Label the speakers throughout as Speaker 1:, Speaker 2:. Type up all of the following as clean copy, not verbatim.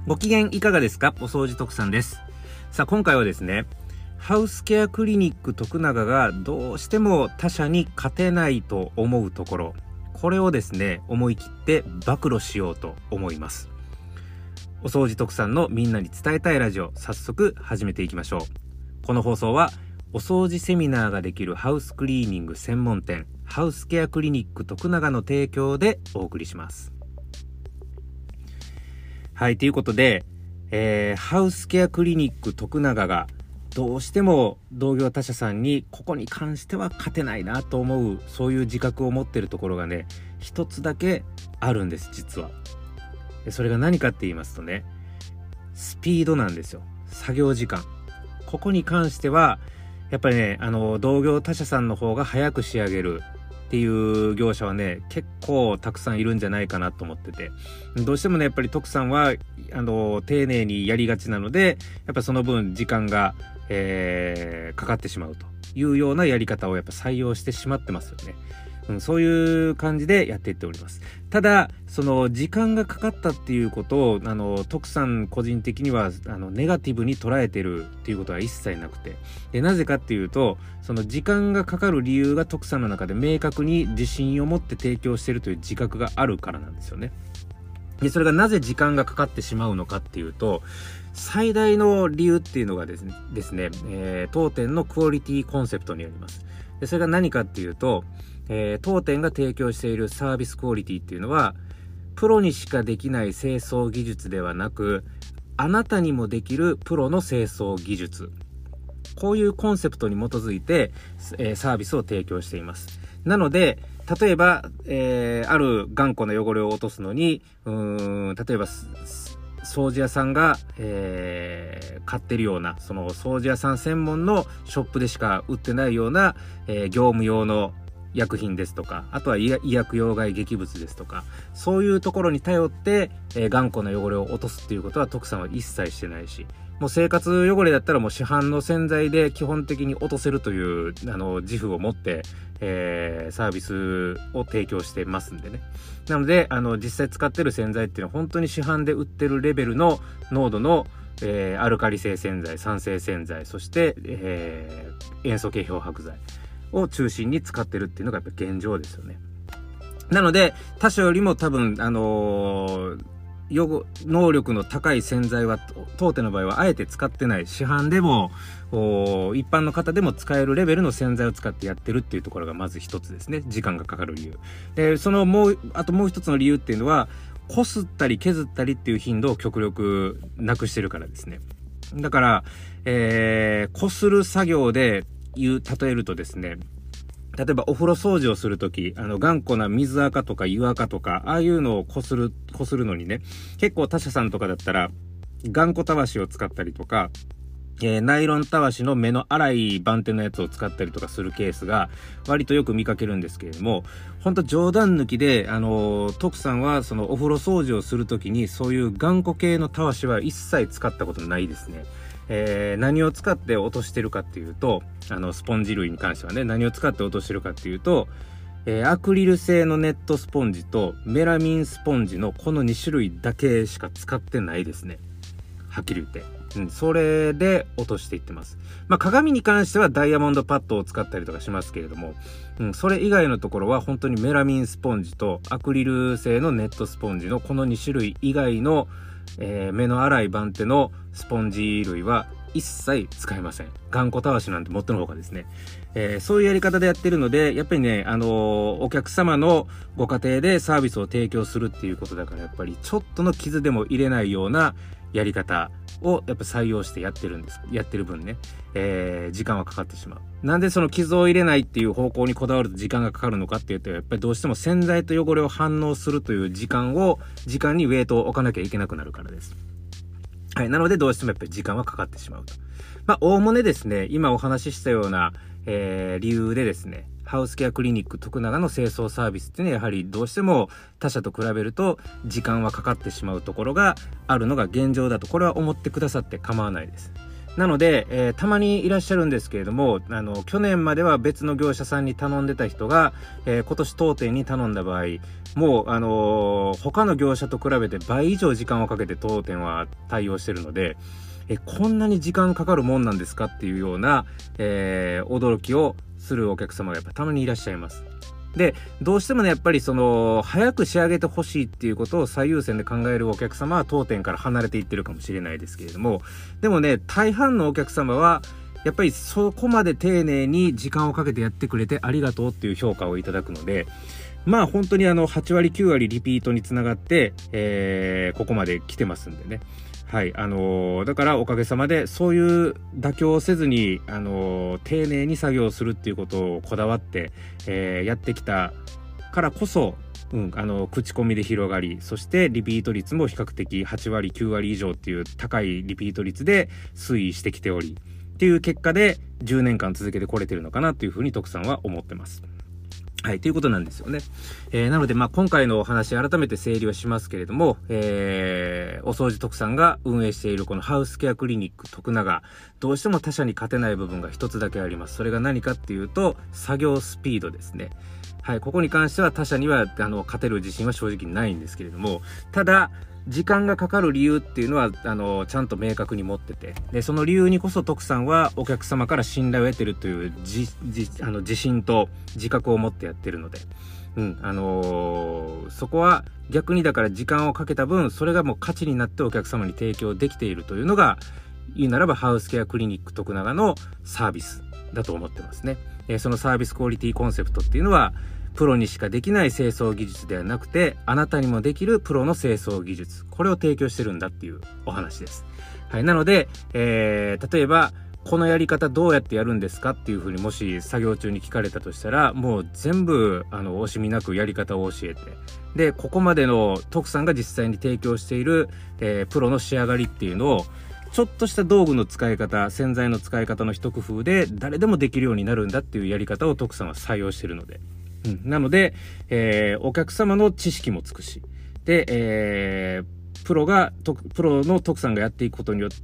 Speaker 1: ご機嫌いかがですか？お掃除特産です。さあ今回はですね、ハウスケアクリニック徳永がどうしても他社に勝てないと思うところ、これをですね思い切って暴露しようと思います。お掃除特産のみんなに伝えたいラジオ、早速始めていきましょう。この放送はお掃除セミナーができるハウスクリーニング専門店ハウスケアクリニック徳永の提供でお送りします。はい、ということで、ハウスケアクリニック徳永がどうしても同業他社さんにここに関しては勝てないなと思う、そういう自覚を持っているところがね、一つだけあるんです、実は。それが何かって言いますとね、スピードなんですよ。作業時間。ここに関してはやっぱりね、同業他社さんの方が早く仕上げるっていう業者はね、結構たくさんいるんじゃないかなと思ってて、どうしてもねやっぱり徳さんは丁寧にやりがちなので、やっぱその分時間が、かかってしまうというようなやり方をやっぱ採用してしまってますよね。そういう感じでやっていっております。ただその時間がかかったっていうことを徳さん個人的にはネガティブに捉えてるっていうことは一切なくて、でなぜかっていうと、その時間がかかる理由が徳さんの中で明確に自信を持って提供しているという自覚があるからなんですよね。でそれがなぜ時間がかかってしまうのかっていうと、最大の理由っていうのがですね、当店のクオリティコンセプトにあります。でそれが何かっていうと、当店が提供しているサービスクオリティっていうのは、プロにしかできない清掃技術ではなく、あなたにもできるプロの清掃技術、こういうコンセプトに基づいて、サービスを提供しています。なので例えば、ある頑固な汚れを落とすのに、例えば掃除屋さんが、買ってるような、その掃除屋さん専門のショップでしか売ってないような、業務用の薬品ですとか、あとは医薬用害劇物ですとか、そういうところに頼って、頑固な汚れを落とすっていうことは徳さんは一切してないし、もう生活汚れだったらもう市販の洗剤で基本的に落とせるという自負を持って、サービスを提供してますんでね。なので実際使ってる洗剤っていうのは本当に市販で売ってるレベルの濃度の、アルカリ性洗剤、酸性洗剤、そして、塩素系漂白剤を中心に使ってるっていうのがやっぱ現状ですよね。なので他社よりも多分能力の高い洗剤は当店の場合はあえて使ってない、市販でも一般の方でも使えるレベルの洗剤を使ってやってるっていうところがまず一つですね。時間がかかる理由で、あともう一つの理由っていうのは、こすったり削ったりっていう頻度を極力なくしてるからですね。だからこする作業で例えるとですね、例えばお風呂掃除をするとき、頑固な水垢とか湯垢とか、ああいうのをこするのにね、結構他社さんとかだったら頑固たわしを使ったりとか、ナイロンたわしの目の粗い番手のやつを使ったりとかするケースが割とよく見かけるんですけれども、本当冗談抜きで徳さんはそのお風呂掃除をするときにそういう頑固系のたわしは一切使ったことないですね。何を使って落としてるかっていうと、スポンジ類に関してはね、何を使って落としてるかっていうと、アクリル製のネットスポンジとメラミンスポンジのこの2種類だけしか使ってないですね、はっきり言って。それで落としていってます。鏡に関してはダイヤモンドパッドを使ったりとかしますけれども、それ以外のところは本当にメラミンスポンジとアクリル製のネットスポンジのこの2種類以外の目の粗い番手のスポンジ類は一切使えません。頑固たわしなんてもってのほかですね。そういうやり方でやってるので、やっぱりね、お客様のご家庭でサービスを提供するっていうことだから、やっぱりちょっとの傷でも入れないようなやり方をやっぱ採用してやってる分ね、時間はかかってしまう。なんでその傷を入れないっていう方向にこだわると時間がかかるのかっていうと、やっぱりどうしても洗剤と汚れを反応するという時間にウェイトを置かなきゃいけなくなるからです。はい。なのでどうしてもやっぱり時間はかかってしまうと。おおむねですね、今お話ししたような、理由でですね、ハウスケアクリニック徳永の清掃サービスっていうのはやはりどうしても他社と比べると時間はかかってしまうところがあるのが現状だと、これは思ってくださって構わないです。 なので、たまにいらっしゃるんですけれども、去年までは別の業者さんに頼んでた人が、今年当店に頼んだ場合、もう、他の業者と比べて倍以上時間をかけて当店は対応してるので、こんなに時間かかるもんなんですかっていうような、驚きをするお客様がやっぱたまにいらっしゃいます。で、どうしてもね、やっぱり早く仕上げてほしいっていうことを最優先で考えるお客様は当店から離れていってるかもしれないですけれども、でもね、大半のお客様は、やっぱりそこまで丁寧に時間をかけてやってくれてありがとうっていう評価をいただくので、まあ本当に8割9割リピートにつながって、ここまで来てますんでね。はい。だからおかげさまでそういう妥協をせずに、丁寧に作業するっていうことをこだわって、やってきたからこそ、口コミで広がり、そしてリピート率も比較的8割9割以上っていう高いリピート率で推移してきており、っていう結果で10年間続けてこれてるのかなというふうに徳さんは思ってます。はい、ということなんですよね。なので、今回のお話、改めて整理はしますけれども、お掃除徳さんが運営しているこのハウスケアクリニック徳永、どうしても他社に勝てない部分が一つだけあります。それが何かっていうと、作業スピードですね。はい、ここに関しては他社には、勝てる自信は正直ないんですけれども、ただ、時間がかかる理由っていうのは、ちゃんと明確に持ってて、で、その理由にこそ徳さんはお客様から信頼を得てるという自信と自覚を持ってやってるので、そこは逆にだから時間をかけた分、それがもう価値になってお客様に提供できているというのが、言うならばハウスケアクリニック徳永のサービスだと思ってますね。そのサービスクオリティコンセプトっていうのは、プロにしかできない清掃技術ではなくて、あなたにもできるプロの清掃技術。これを提供してるんだっていうお話です。はい。なので、例えば、このやり方どうやってやるんですかっていうふうにもし作業中に聞かれたとしたら、もう全部、惜しみなくやり方を教えて、で、ここまでの徳さんが実際に提供している、プロの仕上がりっていうのを、ちょっとした道具の使い方、洗剤の使い方の一工夫で誰でもできるようになるんだっていうやり方を徳さんは採用してるので、なので、お客様の知識もつくし、で、プロの徳さんがやっていくことによって、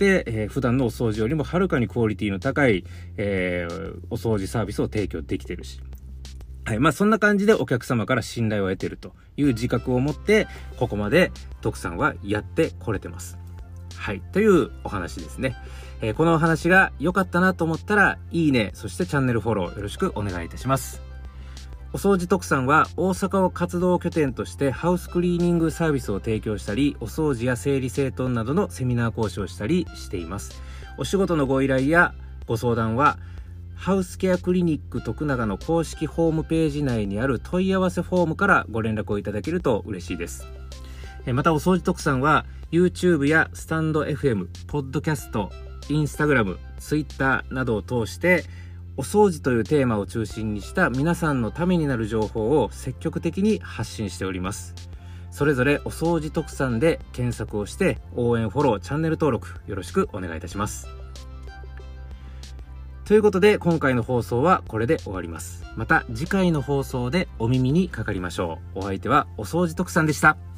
Speaker 1: 普段のお掃除よりもはるかにクオリティの高い、お掃除サービスを提供できてるし。はい。そんな感じでお客様から信頼を得てるという自覚を持って、ここまで徳さんはやってこれてます。はい。というお話ですね。このお話が良かったなと思ったら、いいね、そしてチャンネルフォローよろしくお願いいたします。お掃除徳さんは大阪を活動拠点としてハウスクリーニングサービスを提供したり、お掃除や整理整頓などのセミナー講師をしたりしています。お仕事のご依頼やご相談は、ハウスケアクリニック徳永の公式ホームページ内にある問い合わせフォームからご連絡をいただけると嬉しいです。またお掃除徳さんは YouTube やスタンド FM、ポッドキャスト、Instagram、Twitter などを通してお掃除というテーマを中心にした皆さんのためになる情報を積極的に発信しております。それぞれお掃除特産で検索をして応援フォロー、チャンネル登録よろしくお願いいたします。ということで今回の放送はこれで終わります。また次回の放送でお耳にかかりましょう。お相手はお掃除特産でした。